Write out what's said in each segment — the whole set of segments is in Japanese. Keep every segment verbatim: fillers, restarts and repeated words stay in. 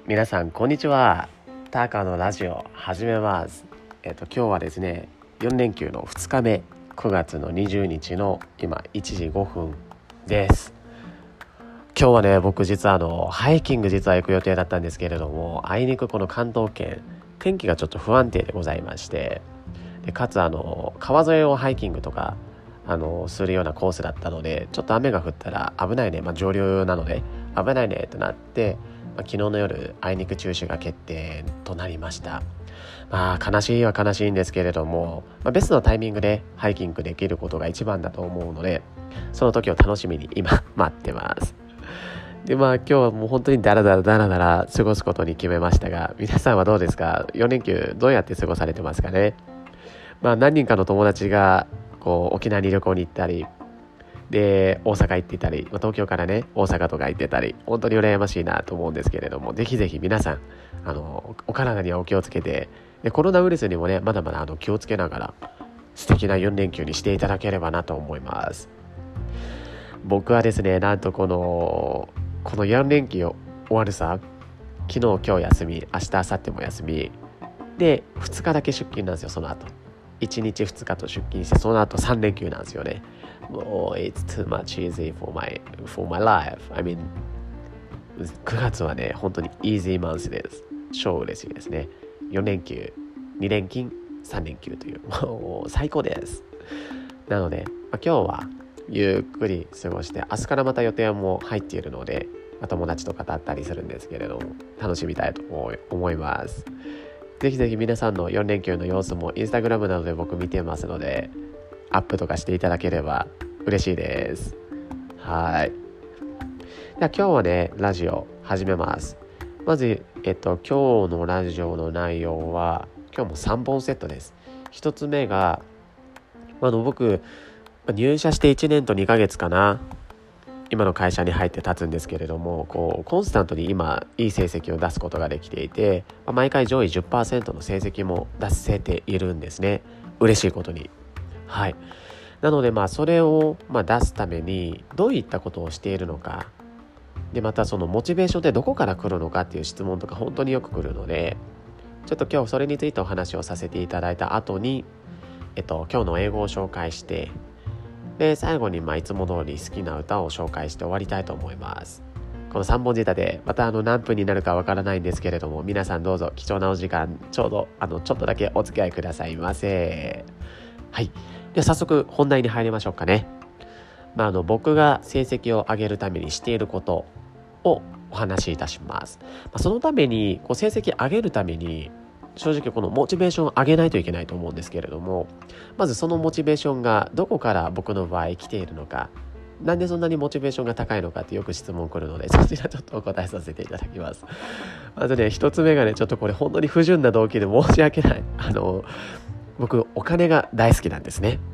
皆さんこんにちは。ターカーのラジオ始めます。えっと今日はですねよん連休のふつかめ、くがつのにじゅうにちの今いちじごふんです。今日はね僕実はあのハイキング実は行く予定だったんですけれども、あいにくこの関東圏天気がちょっと不安定でございまして、でかつあの川沿いをハイキングとかあのするようなコースだったので、ちょっと雨が降ったら危ないね、まあ、上流なので危ないねとなって、まあ、昨日の夜あいにく中止が決定となりました。まあ悲しいは悲しいんですけれども、まあ、ベストのタイミングでハイキングできることが一番だと思うので、その時を楽しみに今待ってます。でまあ今日はもう本当にダラダラダラダラ過ごすことに決めましたが、皆さんはどうですか？よん連休どうやって過ごされてますかね？まあ何人かの友達がこう沖縄に旅行に行ったりで大阪行ってたり、まあ、東京からね大阪とか行ってたり、本当に羨ましいなと思うんですけれども、ぜひぜひ皆さんあのお体にはお気をつけて、でコロナウイルスにもねまだまだあの気をつけながら素敵なよん連休にしていただければなと思います。僕はですね、なんとこのこのよん連休終わるさ、昨日今日休み、明日明後日も休みでふつかだけ出勤なんですよ。その後いちにちふつかと出勤して、その後さん連休なんですよね。もう It's too much easy for my, for my life. I mean くがつはね本当に easy month です。超嬉しいですね。よん連休、に連勤、さん連休というもう最高です。なので、まあ、今日はゆっくり過ごして、明日からまた予定も入っているので、まあ、友達とかと会ったりするんですけれども、楽しみたいと思います。ぜひぜひ皆さんのよん連休の様子もインスタグラムなどで僕見てますので、アップとかしていただければ嬉しいです。はい。では今日はねラジオ始めます。まずえっと今日のラジオの内容は今日もさんぼんセットです。ひとつめがあの僕入社していちねんとにかげつかな、今の会社に入って経つんですけれども、こうコンスタントに今いい成績を出すことができていて、毎回上位 じゅっパーセント の成績も出せているんですね。嬉しいことに。はい。なのでまあそれをまあ出すためにどういったことをしているのか、でまたそのモチベーションってどこから来るのかっていう質問とか本当によく来るので、ちょっと今日それについてお話をさせていただいた後に、えっと今日の英語を紹介して、で最後にまあいつも通り好きな歌を紹介して終わりたいと思います。このさんぼん仕立て、またあの何分になるかわからないんですけれども、皆さんどうぞ貴重なお時間ちょうどあのちょっとだけお付き合いくださいませ。はい。では早速本題に入りましょうかね。まあ、あの僕が成績を上げるためにしていることをお話しいたします。まあ、そのためにこう成績上げるために正直このモチベーションを上げないといけないと思うんですけれども、まずそのモチベーションがどこから僕の場合来ているのか、なんでそんなにモチベーションが高いのかってよく質問来るので、そちらちょっとお答えさせていただきます。まずね一つ目がね、ちょっとこれ本当に不純な動機で申し訳ない。あの僕お金が大好きなんですね。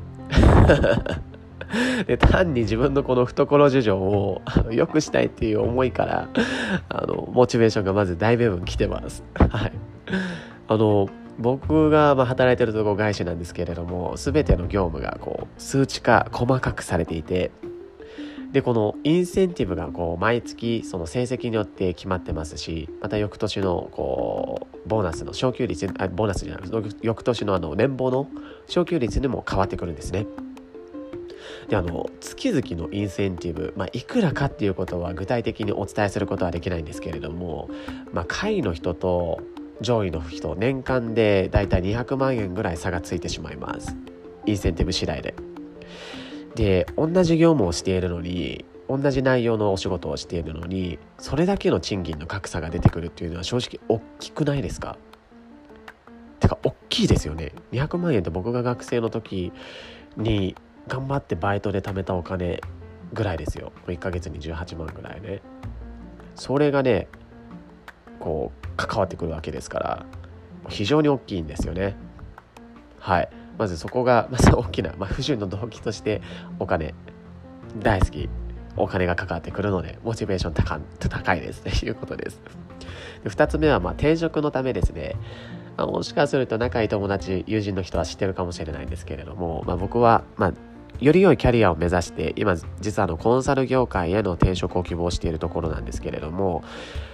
で単に自分のこの懐事情を良くしたいっていう思いからあのモチベーションがまず大部分来てます。はい。あの僕がまあ働いてるところ外資なんですけれども、全ての業務がこう数値化細かくされていて、でこのインセンティブがこう毎月その成績によって決まってますし、また翌年のこうボーナスの昇給率、あボーナスじゃない、翌年のあの年俸の昇給率にも変わってくるんですね。であの月々のインセンティブ、まあ、いくらかっていうことは具体的にお伝えすることはできないんですけれども、まあ、下位の人と上位の人年間でだいたいにひゃくまんえんぐらい差がついてしまいます。インセンティブ次第で。で同じ業務をしているのに、同じ内容のお仕事をしているのに、それだけの賃金の格差が出てくるっていうのは正直大きくないですか？てか大きいですよね。にひゃくまんえんって僕が学生の時に頑張ってバイトで貯めたお金ぐらいですよ。いっかげつにじゅうはちまんぐらいね。それがねこう関わってくるわけですから、非常に大きいんですよね。はい。まずそこがまず大きな、まあ、不純の動機として、お金大好き、お金が関わってくるのでモチベーション 高, 高いですということです。でふたつめはまあ転職のためですね。まあ、もしかすると仲いい友達友人の人は知ってるかもしれないんですけれども、まあ、僕はまあより良いキャリアを目指して今実はあのコンサル業界への転職を希望しているところなんですけれども、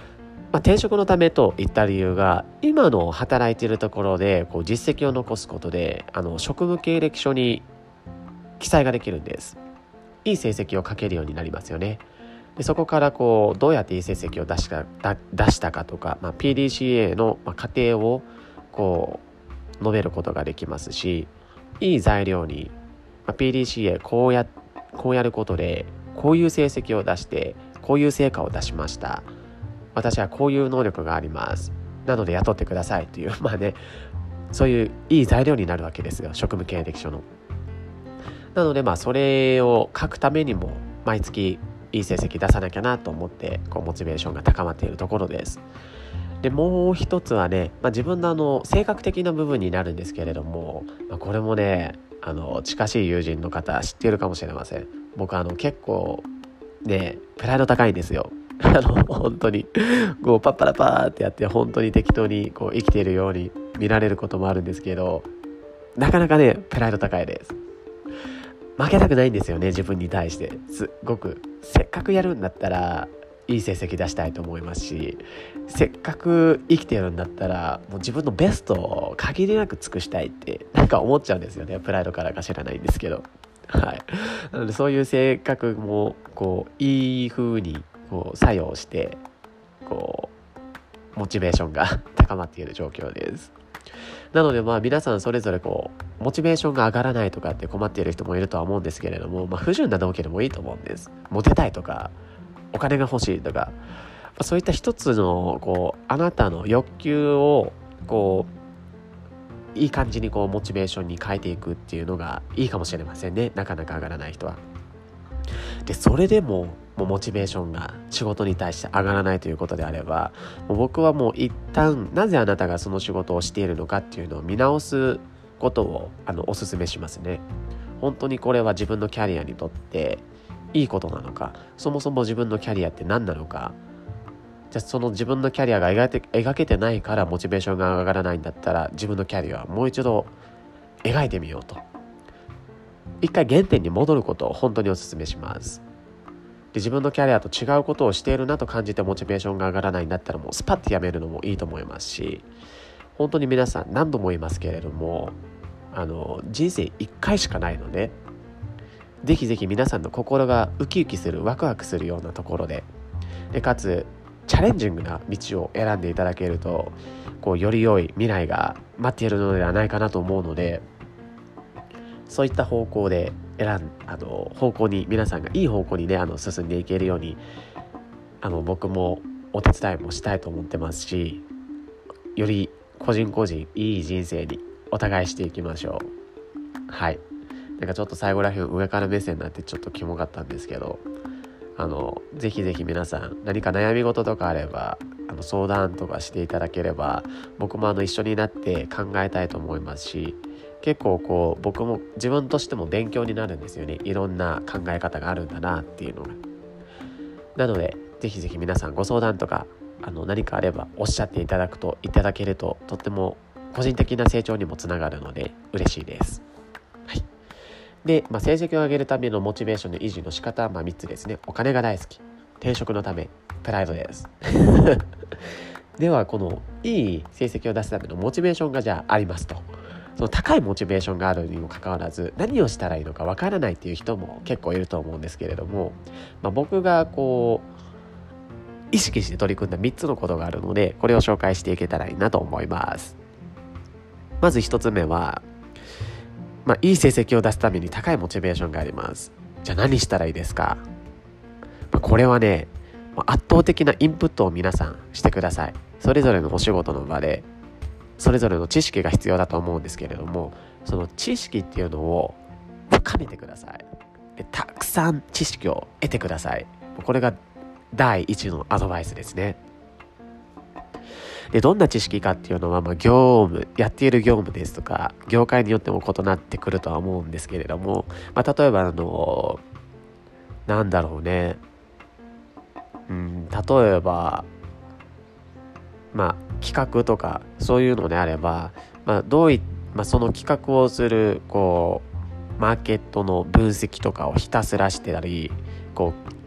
まあ、転職のためといった理由が、今の働いているところでこう実績を残すことで、あの職務経歴書に記載ができるんです。いい成績を書けるようになりますよね。でそこからこうどうやっていい成績を出しただ出したかとか、まあ、ピーディーシーエー の過程をこう述べることができますし、いい材料に、まあ、ピーディーシーエー こうやこうやることでこういう成績を出してこういう成果を出しました、私はこういう能力があります、なので雇ってくださいという、まあね、そういういい材料になるわけですよ、職務経歴書の。なのでまあそれを書くためにも毎月いい成績出さなきゃなと思って、こうモチベーションが高まっているところです。でもう一つはね、まあ、自分のあの性格的な部分になるんですけれども、まあ、これもね、あの近しい友人の方知っているかもしれません。僕あの結構ねプライド高いんですよ。あの本当にこうパッパラパーってやって本当に適当にこう生きているように見られることもあるんですけど、なかなかねプライド高いです。負けたくないんですよね、自分に対して。すごくせっかくやるんだったらいい成績出したいと思いますし、せっかく生きてるんだったらもう自分のベストを限りなく尽くしたいってなんか思っちゃうんですよね。プライドからか知らないんですけど、はい。なのでそういう性格もこういい風にこう作用してこうモチベーションが高まっている状況です。なのでまあ皆さんそれぞれこうモチベーションが上がらないとかって困っている人もいるとは思うんですけれども、まあ、不純な動機でもいいと思うんです。モテたいとかお金が欲しいとか、まあ、そういった一つのこうあなたの欲求をこういい感じにこうモチベーションに変えていくっていうのがいいかもしれませんね。なかなか上がらない人は。でそれでももうモチベーションが仕事に対して上がらないということであれば、もう僕はもう一旦なぜあなたがその仕事をしているのかっていうのを見直すことをあのお勧めしますね。本当にこれは自分のキャリアにとっていいことなのか、そもそも自分のキャリアって何なのか。じゃあその自分のキャリアが描いて描けてないからモチベーションが上がらないんだったら、自分のキャリアはもう一度描いてみようと、一回原点に戻ることを本当にお勧めします。で自分のキャリアと違うことをしているなと感じてモチベーションが上がらないんだったら、もうスパッてやめるのもいいと思いますし、本当に皆さん何度も言いますけれども、あの人生一回しかないので、ぜひぜひ皆さんの心がウキウキするワクワクするようなところで、でかつチャレンジングな道を選んでいただけると、こうより良い未来が待っているのではないかなと思うので、そういった方向で選んあの方向に皆さんがいい方向にねあの進んでいけるように、あの僕もお手伝いもしたいと思ってますし、より個人個人いい人生にお互いしていきましょう。はい。なんかちょっと最後らへん上から目線になってちょっとキモかったんですけど、あのぜひぜひ皆さん何か悩み事とかあればあの相談とかしていただければ、僕もあの一緒になって考えたいと思いますし、結構こう僕も自分としても勉強になるんですよね。いろんな考え方があるんだなっていうのが。なのでぜひぜひ皆さんご相談とかあの何かあればおっしゃっていただくといただけると、とっても個人的な成長にもつながるので嬉しいです。はい。で、まあ、成績を上げるためのモチベーションの維持の仕方はまあみっつですね。お金が大好き、転職のため、プライドですではこのいい成績を出すためのモチベーションがじゃあありますと、その高いモチベーションがあるにもかかわらず何をしたらいいのかわからないっていう人も結構いると思うんですけれども、まあ、僕がこう意識して取り組んだみっつのことがあるので、これを紹介していけたらいいなと思います。まずひとつめは、まあ、いい成績を出すために高いモチベーションがあります。じゃあ何したらいいですか。まあ、これはね、圧倒的なインプットを皆さんしてください。それぞれのお仕事の場でそれぞれの知識が必要だと思うんですけれども、その知識っていうのを深めてください。でたくさん知識を得てください。これが第一のアドバイスですね。でどんな知識かっていうのは、まあ、業務やっている業務ですとか業界によっても異なってくるとは思うんですけれども、まあ、例えばあのなんだろうね、うん、例えばまあ企画とかそういうのであれば、まあ、どうい、まあ、その企画をするこうマーケットの分析とかをひたすらしてたり、こう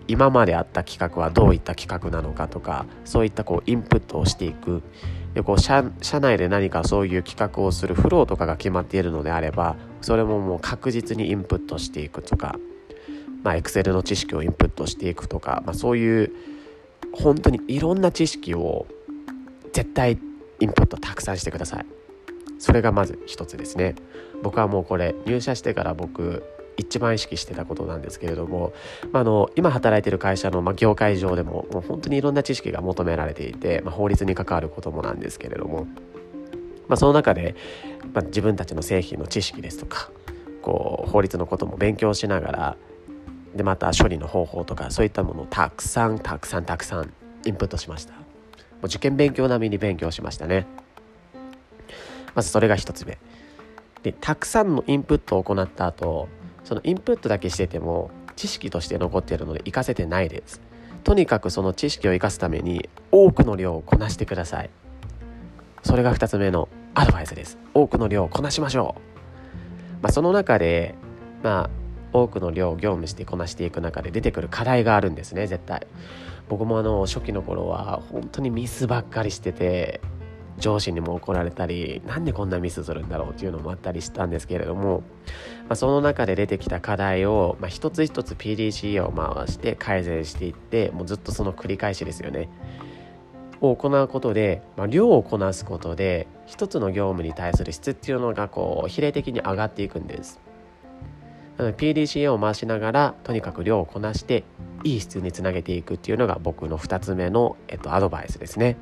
今まであった企画はどういった企画なのかとか、そういったこうインプットをしていく。でこう 社, 社内で何かそういう企画をするフローとかが決まっているのであれば、それももう確実にインプットしていくとか、まあ Excel の知識をインプットしていくとか、まあ、そういう本当にいろんな知識を絶対インプットたくさんしてください。それがまず一つですね。僕はもうこれ入社してから僕一番意識してたことなんですけれども、まあ、あの今働いている会社の、まあ、業界上でももう本当にいろんな知識が求められていて、まあ、法律に関わることもなんですけれども、まあ、その中で、まあ、自分たちの製品の知識ですとか、こう法律のことも勉強しながら、でまた処理の方法とかそういったものをたくさんたくさんたくさんインプットしました。もう受験勉強並みに勉強しましたね。まずそれが一つ目で、たくさんのインプットを行った後、そのインプットだけしてても知識として残っているので活かせてないです。とにかくその知識を活かすために多くの量をこなしてください。それがふたつめのアドバイスです。多くの量をこなしましょう。まあ、その中で、まあ、多くの量を業務してこなしていく中で出てくる課題があるんですね、絶対。僕もあの初期の頃は本当にミスばっかりしてて、上司にも怒られたり、なんでこんなミスするんだろうっていうのもあったりしたんですけれども、まあ、その中で出てきた課題を、まあ、一つ一つ ピーディーシーエー を回して改善していって、もうずっとその繰り返しですよねを行うことで、まあ、量をこなすことで一つの業務に対する質っていうのがこう比例的に上がっていくんです。なので ピーディーシーエー を回しながらとにかく量をこなしていい質につなげていくっていうのが僕のふたつめの、えっと、アドバイスですね。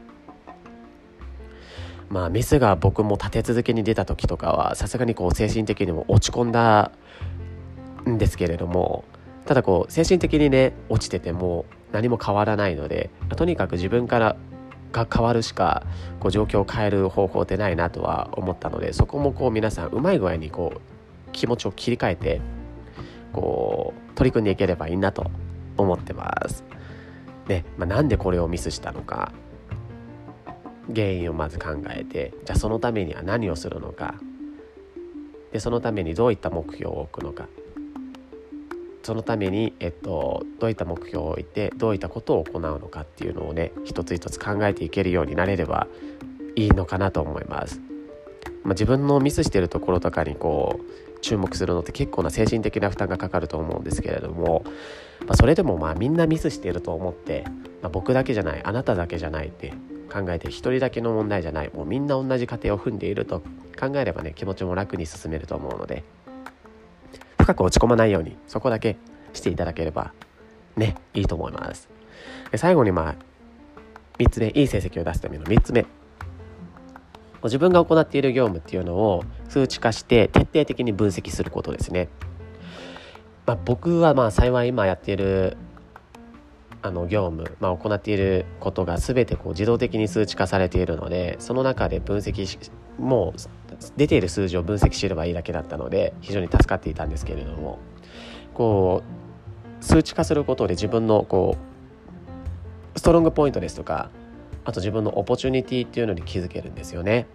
まあミスが僕も立て続けに出た時とかはさすがにこう精神的にも落ち込んだんですけれども、ただこう精神的にね落ちてても何も変わらないので、とにかく自分からが変わるしかこう状況を変える方法ってないなとは思ったので、そこもこう皆さんうまい具合にこう気持ちを切り替えてこう取り組んでいければいいなと思ってますで、まあ、なんでこれをミスしたのか原因をまず考えて、じゃあそのためには何をするのか、でそのためにどういった目標を置くのか、そのために、えっと、どういった目標を置いてどういったことを行うのかっていうのをね一つ一つ考えていけるようになれればいいのかなと思います。まあ、自分のミスしているところとかにこう注目するのって結構な精神的な負担がかかると思うんですけれども、まあ、それでもまあみんなミスしていると思って、まあ、僕だけじゃない、あなただけじゃないって考えて一人だけの問題じゃない、もうみんな同じ過程を踏んでいると考えればね気持ちも楽に進めると思うので、深く落ち込まないようにそこだけしていただければねいいと思います。で最後にまあみっつめ、いい成績を出すためのみっつめ、自分が行っている業務っていうのを数値化して徹底的に分析することですね。まあ、僕はまあ幸い今やっているあの業務、まあ、行っていることが全てこう自動的に数値化されているので、その中で分析しもう出ている数字を分析すればいいだけだったので非常に助かっていたんですけれども、こう数値化することで自分のこうストロングポイントですとか、あと自分のオポチュニティっていうのに気づけるんですよね。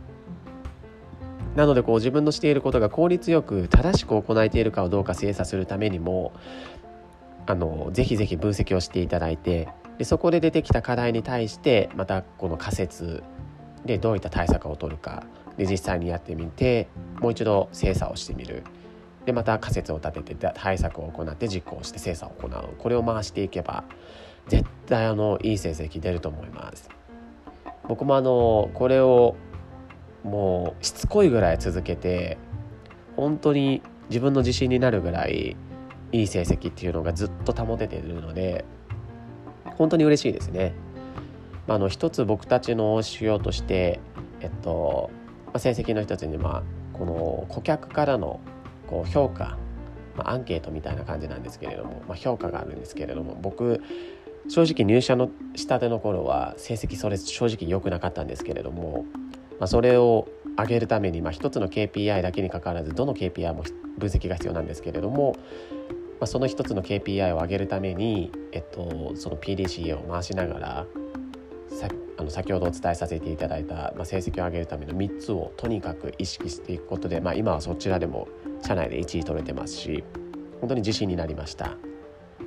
なのでこう自分のしていることが効率よく正しく行えているかをどうか精査するためにも、あのぜひぜひ分析をしていただいて、でそこで出てきた課題に対してまたこの仮説でどういった対策を取るかで実際にやってみて、もう一度精査をしてみる、でまた仮説を立てて対策を行って実行して精査を行う、これを回していけば絶対あのいい成績出ると思います。僕もあのこれをもうしつこいぐらい続けて本当に自分の自信になるぐらいいい成績っていうのがずっと保てているので本当に嬉しいですね。まあ、あの一つ僕たちの指標としてえっと、まあ、成績の一つにまあこの顧客からのこう評価、まあ、アンケートみたいな感じなんですけれども、まあ、評価があるんですけれども、僕正直入社のしたての頃は成績それ正直良くなかったんですけれども、まあ、それを上げるために、まあ、一つの ケーピーアイ だけにかかわらずどの ケーピーアイ も分析が必要なんですけれども、まあ、その一つの ケーピーアイ を上げるために、えっと、その ピーディーシーエー を回しながらさあの先ほどお伝えさせていただいた、まあ、成績を上げるためのみっつをとにかく意識していくことで、まあ、今はそちらでも社内でいちい取れてますし本当に自信になりました。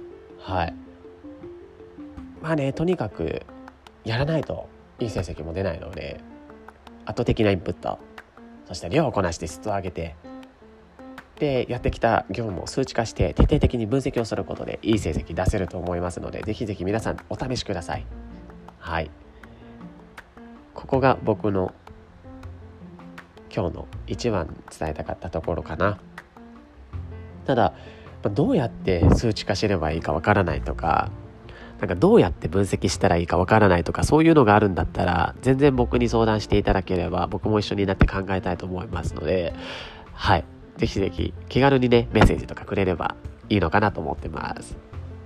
はい。まあね、とにかくやらないといい成績も出ないので、圧倒的なインプット、そして量をこなして質を上げて、でやってきた業務を数値化して徹底的に分析をすることでいい成績出せると思いますので、ぜひぜひ皆さんお試しください。はい。ここが僕の今日の一番伝えたかったところかな。ただどうやって数値化すればいいかわからないとか、なんかどうやって分析したらいいかわからないとか、そういうのがあるんだったら全然僕に相談していただければ僕も一緒になって考えたいと思いますので、はい、ぜひぜひ気軽にねメッセージとかくれればいいのかなと思ってます。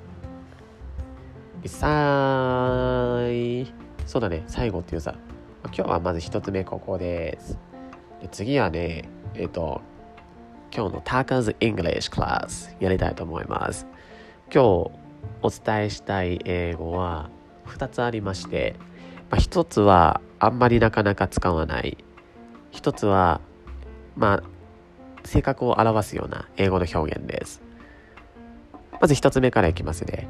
さーいそうだね最後っていうさ、今日はまず一つ目ここです。で次はねえっと今日の Taka's English Class やりたいと思います。今日お伝えしたい英語はふたつありまして、まあ、ひとつはあんまりなかなか使わない、ひとつはまあ性格を表すような英語の表現です。まずひとつめからいきますね。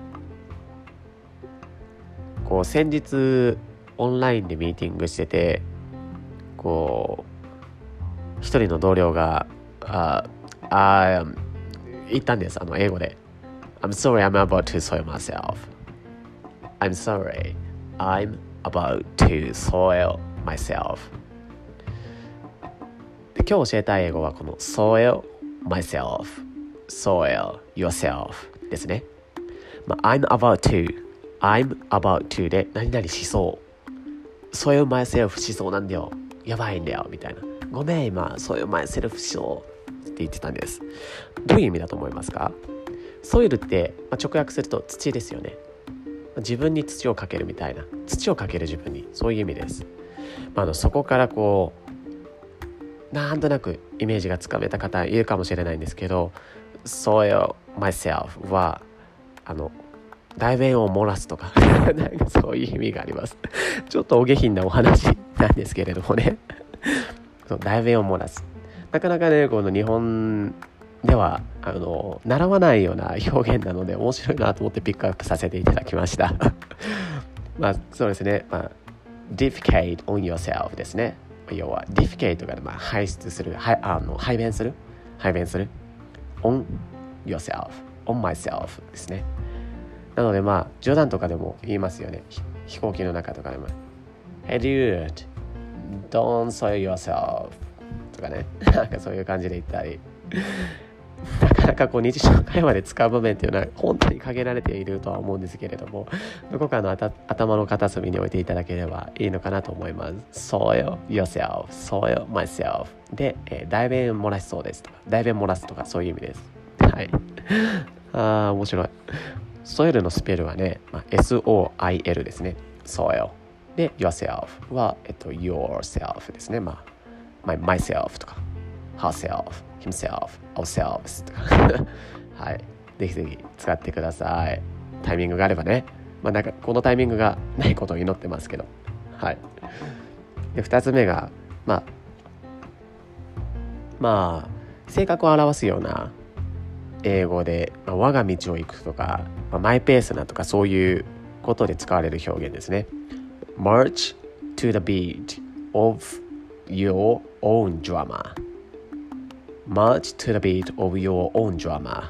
こう先日オンラインでミーティングしてて、こう一人の同僚がああ言ったんです。あの英語で I'm sorry I'm about to soil myself I'm sorry I'm about to soil myself で今日教えたい英語はこの soil myself soil yourself ですね。まあ、I'm about to I'm about to で何々しそう、 soil myself しそうなんだよ、やばいんだよみたいな、ごめん今 soil myself しそうって言ってたんです。どういう意味だと思いますか？ソイルって、まあ、直訳すると土ですよね。自分に土をかけるみたいな、土をかける自分に、そういう意味です。まあ、あのそこからこうなんとなくイメージがつかめた方いるかもしれないんですけど、 soil myself はあの代弁を漏らすとかなんかそういう意味があります。ちょっとお下品なお話なんですけれどもねそう代弁を漏らす、なかなかねこの日本ではあの習わないような表現なので面白いなと思ってピックアップさせていただきましたまあそうですね、まあ、defecate on yourself ですね。要は defecate が、まあ、排出する、はあの排便する排便する on yourself on myself ですね。なのでまあ冗談とかでも言いますよね。飛行機の中とかでも Hey dude don't soil yourself とかねなんかそういう感じで言ったりなかなかこう日常会話で使う場面っていうのは本当に限られているとは思うんですけれども、どこかのあた頭の片隅に置いていただければいいのかなと思います。 soil yourself soil myself で、えー、代弁漏らしそうですとか代弁漏らすとかそういう意味です。はいあー面白い。ソイルのスペルはね、まあ、エスオーアイエル ですね。soil で yourself は、えっと、yourself ですね。まあ、my, myself とか herself himself ourselves とかはい、ぜひぜひ使ってください。タイミングがあればね。まあなんかこのタイミングがないことを祈ってますけど、はい。でふたつめがまあまあ性格を表すような英語で、まあ、我が道を行くとか、まあ、マイペースなとかそういうことで使われる表現ですね。 March to the beat of your own drama March to the beat of your own drama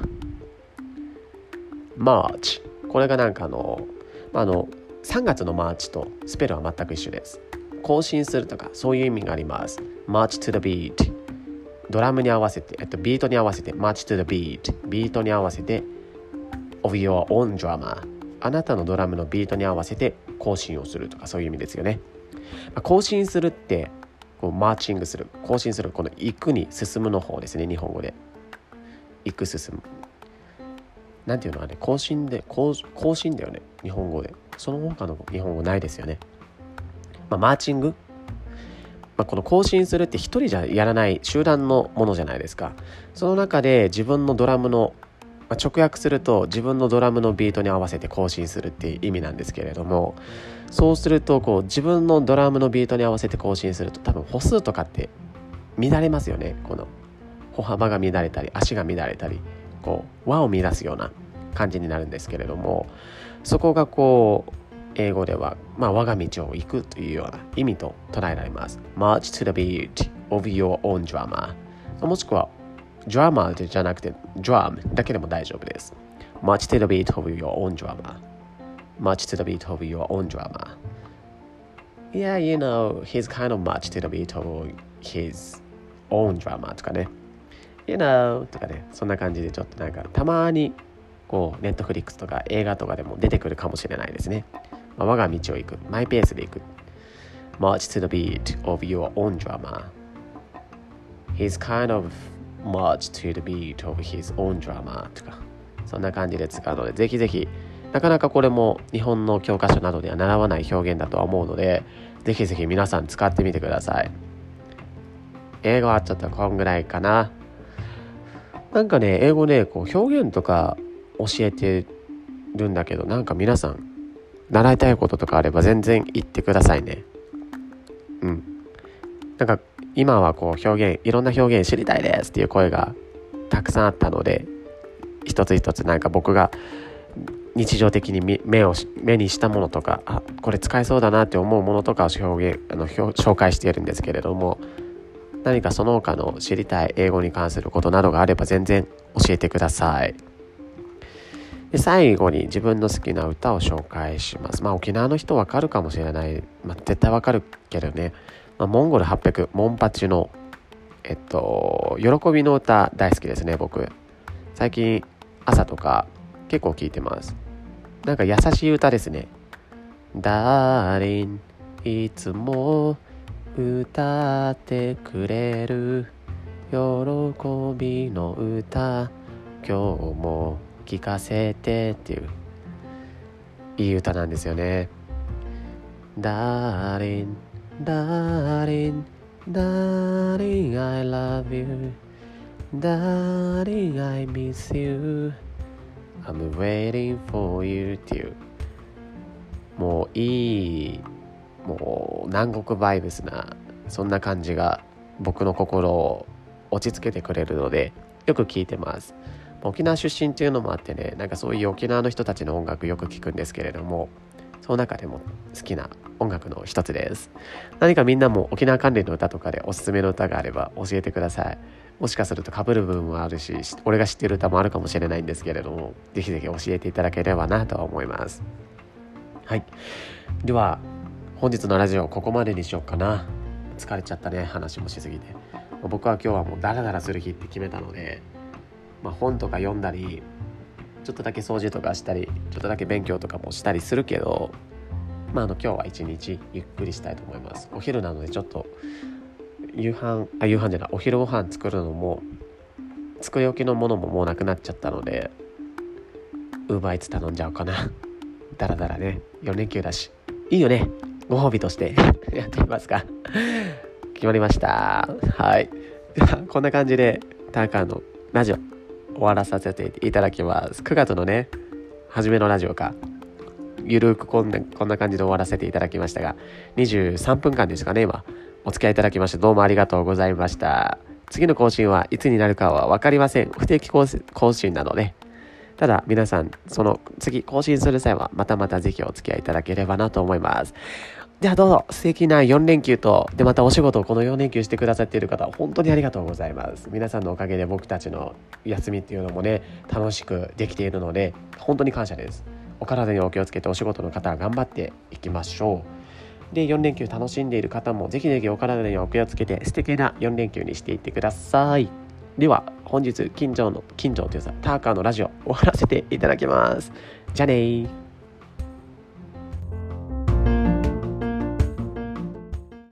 March これがなんかあの、まあ、あのさんがつのマーチとスペルは全く一緒です。更新するとかそういう意味があります。 March to the beat ドラムに合わせて、えっと、ビートに合わせて March to the beat ビートに合わせて of your own drama あなたのドラムのビートに合わせて更新をするとかそういう意味ですよね。まあ、更新するってこうマーチングする、更新する、この行くに進むの方ですね。日本語で行く進むなんていうのはね、更新で更更新だよね日本語で。その他の日本語ないですよね。まあ、マーチング、まあ、この更新するって一人じゃやらない集団のものじゃないですか。その中で自分のドラムの、まあ、直訳すると自分のドラムのビートに合わせて更新するっていう意味なんですけれども、そうするとこう自分のドラムのビートに合わせて更新すると多分歩数とかって乱れますよね。この歩幅が乱れたり足が乱れたりこう輪を乱すような感じになるんですけれども、そこがこう英語では、まあ、我が道を行くというような意味と捉えられます。 March to the beat of your own drama、 もしくはドラマじゃなくてドラムだけでも大丈夫です。 March to the beat of your own drama March to the beat of your own drama Yeah, you know, he's kind of much to the beat of his own drama とかね You know とかね、そんな感じでちょっとなんかたまにこうネットフリックスとか映画とかでも出てくるかもしれないですね。まあ、我が道を行く、マイペースで行く March to the beat of your own drama He's kind of much to the beat of his own drama とかそんな感じで使うので、ぜひぜひなかなかこれも日本の教科書などでは習わない表現だとは思うので、ぜひぜひ皆さん使ってみてください。英語はちょっとこんぐらいかな。なんかね、英語ね、こう表現とか教えてるんだけど、なんか皆さん習いたいこととかあれば全然言ってくださいね。うん。なんか今はこう表現、いろんな表現知りたいですっていう声がたくさんあったので、一つ一つなんか僕が日常的に目を目にしたものとか、あ、これ使えそうだなって思うものとかを表現あの表紹介しているんですけれども、何かその他の知りたい英語に関することなどがあれば全然教えてください。で、最後に自分の好きな歌を紹介します。まあ沖縄の人わかるかもしれない、まあ、絶対わかるけどね、まあ、モンゴルはっぴゃくモンパチのえっと喜びの歌大好きですね。僕最近朝とか結構聞いてます。なんか優しい歌ですね。ダーリンいつも歌ってくれる喜びの歌今日も聞かせてっていういい歌なんですよね。ダーリンダーリンダーリン I love you Darling, I miss you I'm waiting for you っていうもういいもう南国バイブスなそんな感じが僕の心を落ち着けてくれるのでよく聞いてます。沖縄出身っていうのもあってね、なんかそういう沖縄の人たちの音楽よく聞くんですけれども、その中でも好きな音楽の一つです。何かみんなも沖縄関連の歌とかでおすすめの歌があれば教えてください。もしかすると被る部分もあるし、俺が知ってる歌もあるかもしれないんですけれども、ぜひぜひ教えていただければなとは思います。はい。では本日のラジオここまでにしようかな。疲れちゃったね、話もしすぎて。僕は今日はもうダラダラする日って決めたので、まあ、本とか読んだりちょっとだけ掃除とかしたりちょっとだけ勉強とかもしたりするけど、まあ、あの今日は一日ゆっくりしたいと思います。お昼なのでちょっと夕飯あ夕飯じゃないお昼ご飯作るのも作り置きのものももうなくなっちゃったのでウーバーイーツ頼んじゃおうかな。ダラダラね、よん連休だしいいよね、ご褒美としてやってみますか。決まりました。はい、ではこんな感じでターカーのラジオ終わらさせていただきます。くがつのね初めのラジオかゆるくこんなこんな感じで終わらせていただきましたが、にじゅうさんぷんかんですかね。今お付き合いいただきましてどうもありがとうございました。次の更新はいつになるかは分かりません。不定期更新なので、ただ皆さんその次更新する際はまたまたぜひお付き合いいただければなと思います。ではどうぞ素敵なよん連休と、でまたお仕事をこのよん連休してくださっている方本当にありがとうございます。皆さんのおかげで僕たちの休みっていうのもね楽しくできているので本当に感謝です。お体にお気をつけてお仕事の方は頑張っていきましょう。でよん連休楽しんでいる方もぜひぜひお体にお気をつけて素敵なよん連休にしていってください。では本日近所の近所というさターカーのラジオ終わらせていただきます。じゃあねー。